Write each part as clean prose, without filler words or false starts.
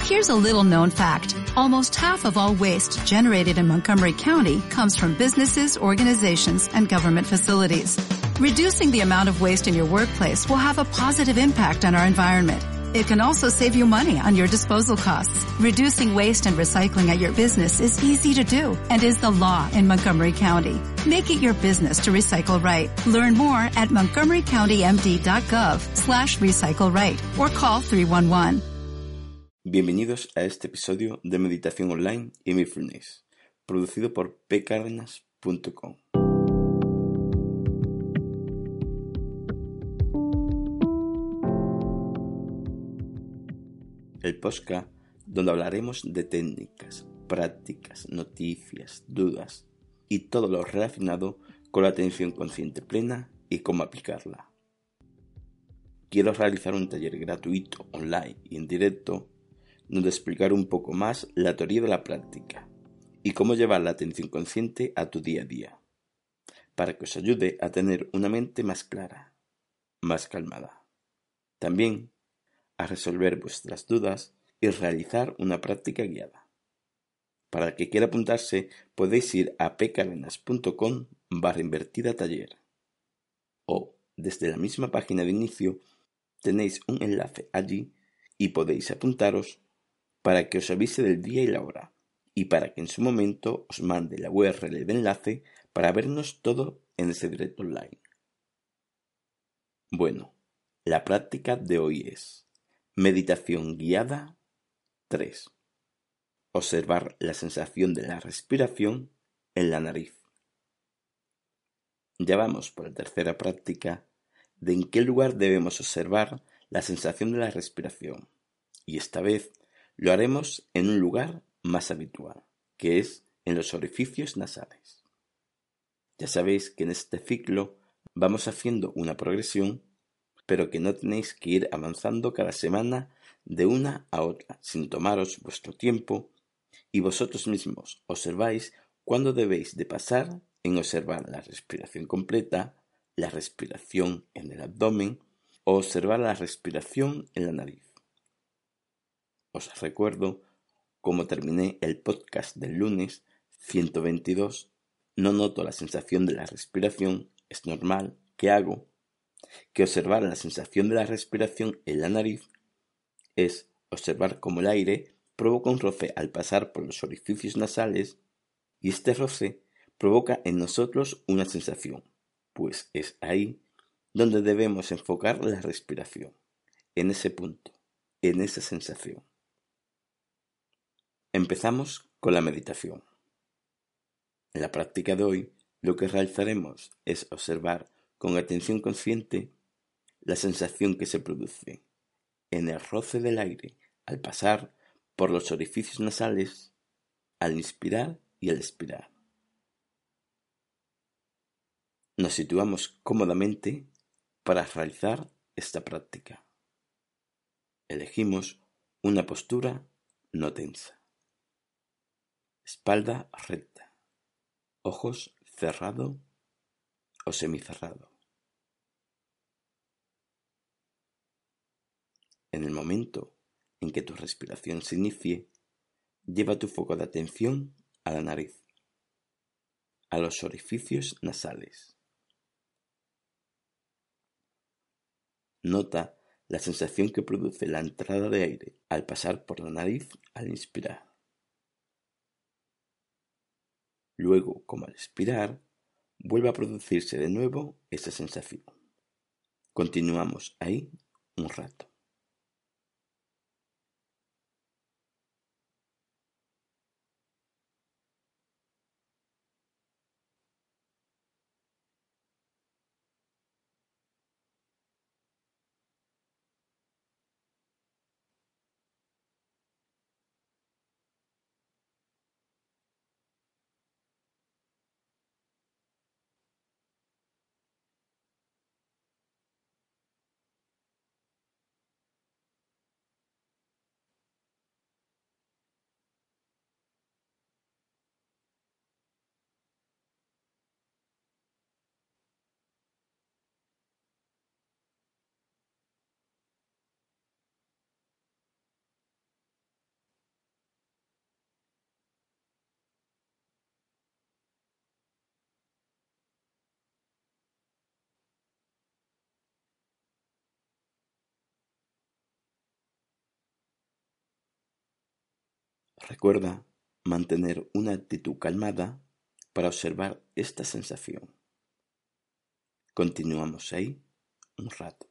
Here's a little known fact. Almost half of all waste generated in Montgomery County comes from businesses, organizations, and government facilities. Reducing the amount of waste in your workplace will have a positive impact on our environment. It can also save you money on your disposal costs. Reducing waste and recycling at your business is easy to do and is the law in Montgomery County. Make it your business to recycle right. Learn more at montgomerycountymd.gov/recycle right or call 311. Bienvenidos a este episodio de Meditación Online y Mindfulness, producido por pcardenas.com. El podcast donde hablaremos de técnicas, prácticas, noticias, dudas y todo lo relacionado con la atención consciente plena y cómo aplicarla. Quiero realizar un taller gratuito, online y en directo donde explicar un poco más la teoría de la práctica y cómo llevar la atención consciente a tu día a día, para que os ayude a tener una mente más clara, más calmada. También a resolver vuestras dudas y realizar una práctica guiada. Para el que quiera apuntarse, podéis ir a pcardenas.com/taller o desde la misma página de inicio tenéis un enlace allí y podéis apuntaros para que os avise del día y la hora y para que en su momento os mande la URL de enlace para vernos todo en ese directo online. Bueno, la práctica de hoy es Meditación guiada 3. Observar la sensación de la respiración en la nariz. Ya vamos por la tercera práctica de en qué lugar debemos observar la sensación de la respiración, y esta vez lo haremos en un lugar más habitual, que es en los orificios nasales. Ya sabéis que en este ciclo vamos haciendo una progresión, pero que no tenéis que ir avanzando cada semana de una a otra, sin tomaros vuestro tiempo, y vosotros mismos observáis cuándo debéis de pasar en observar la respiración completa, la respiración en el abdomen o observar la respiración en la nariz. Os recuerdo, como terminé el podcast del lunes 122, no noto la sensación de la respiración, es normal, ¿qué hago? Que observar la sensación de la respiración en la nariz es observar cómo el aire provoca un roce al pasar por los orificios nasales y este roce provoca en nosotros una sensación, pues es ahí donde debemos enfocar la respiración, en ese punto, en esa sensación. Empezamos con la meditación. En la práctica de hoy, lo que realizaremos es observar con atención consciente la sensación que se produce en el roce del aire al pasar por los orificios nasales, al inspirar y al expirar. Nos situamos cómodamente para realizar esta práctica. Elegimos una postura no tensa. Espalda recta, ojos cerrado o semicerrado. En el momento en que tu respiración se inicie, lleva tu foco de atención a la nariz, a los orificios nasales. Nota la sensación que produce la entrada de aire al pasar por la nariz al inspirar. Luego, como al expirar, vuelve a producirse de nuevo esa sensación. Continuamos ahí un rato. Recuerda mantener una actitud calmada para observar esta sensación. Continuamos ahí un rato.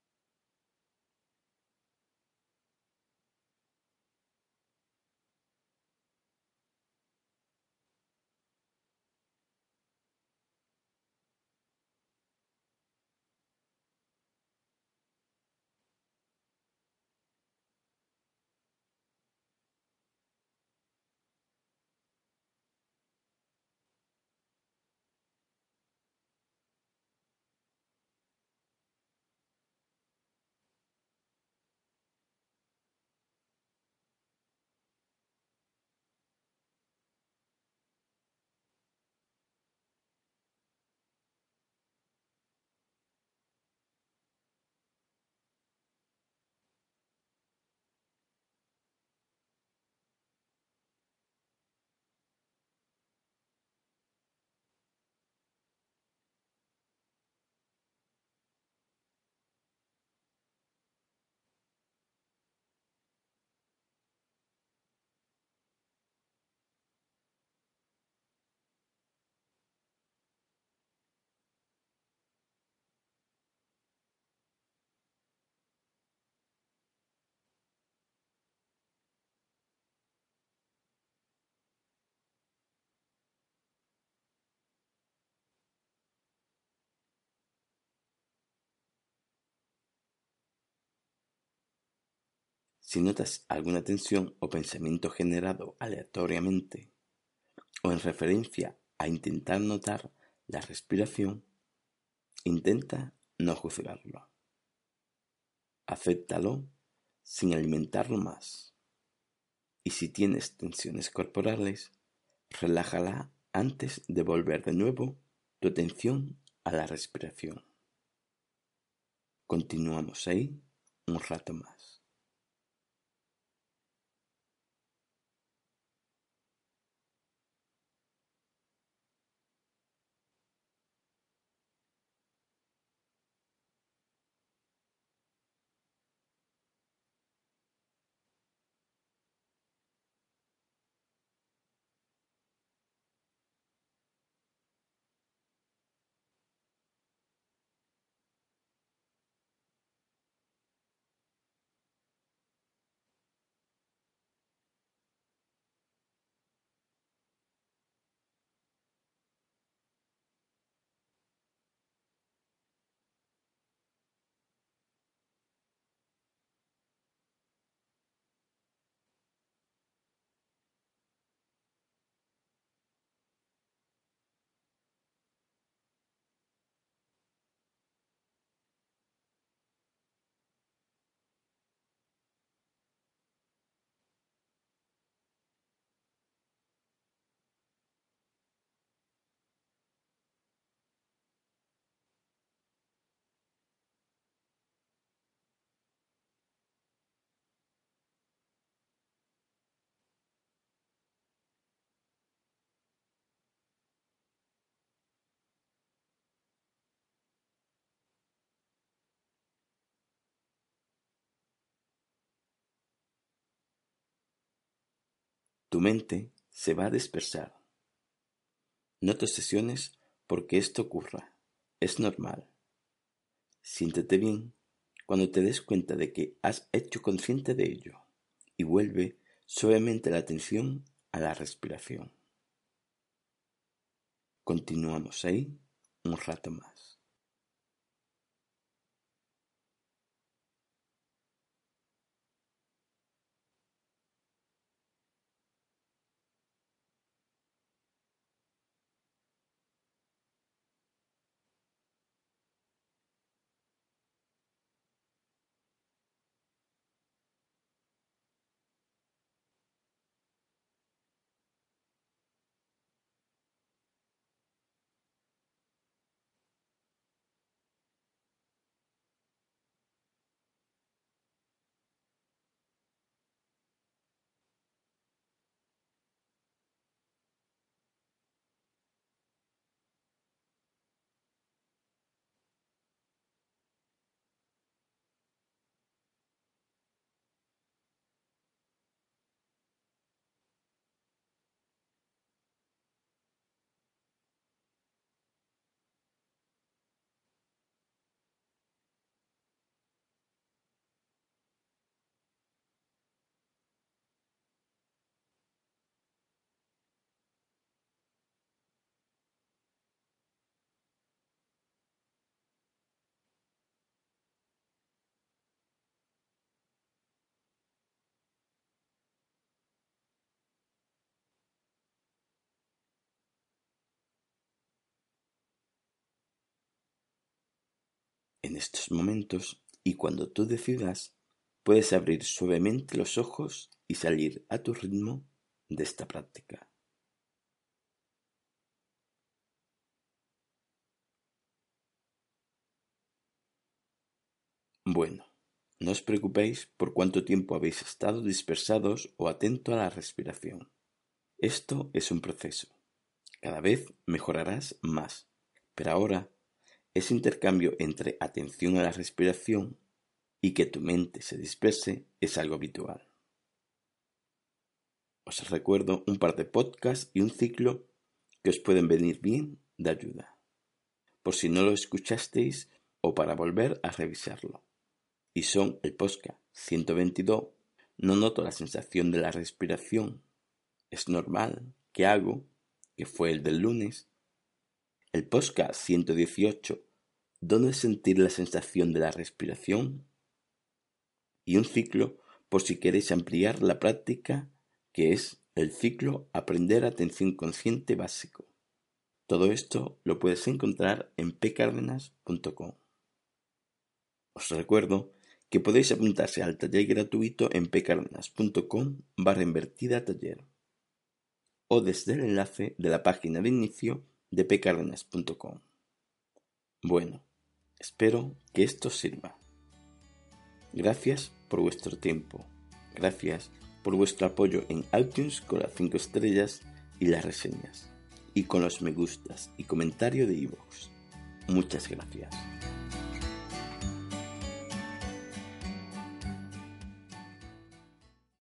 Si notas alguna tensión o pensamiento generado aleatoriamente o en referencia a intentar notar la respiración, intenta no juzgarlo. Acéptalo sin alimentarlo más. Y si tienes tensiones corporales, relájala antes de volver de nuevo tu atención a la respiración. Continuamos ahí un rato más. Tu mente se va a dispersar. No te obsesiones porque esto ocurra. Es normal. Siéntete bien cuando te des cuenta de que has hecho consciente de ello y vuelve suavemente la atención a la respiración. Continuamos ahí un rato más. En estos momentos, y cuando tú decidas, puedes abrir suavemente los ojos y salir a tu ritmo de esta práctica. Bueno, no os preocupéis por cuánto tiempo habéis estado dispersados o atento a la respiración. Esto es un proceso. Cada vez mejorarás más, pero ahora ese intercambio entre atención a la respiración y que tu mente se disperse es algo habitual. Os recuerdo un par de podcasts y un ciclo que os pueden venir bien de ayuda, por si no lo escuchasteis o para volver a revisarlo. Y son el podcast 122, no noto la sensación de la respiración, es normal, ¿qué hago?, que fue el del lunes. El podcast 118, ¿dónde sentir la sensación de la respiración? Y un ciclo por si queréis ampliar la práctica, que es el ciclo Aprender Atención Consciente Básico. Todo esto lo puedes encontrar en pcardenas.com. Os recuerdo que podéis apuntarse al taller gratuito en pcardenas.com/taller o desde el enlace de la página de inicio de pcardenas.com. Bueno, espero que esto sirva. Gracias por vuestro tiempo. Gracias por vuestro apoyo en iTunes con las 5 estrellas y las reseñas, y con los me gustas y comentario de iVoox. Muchas gracias.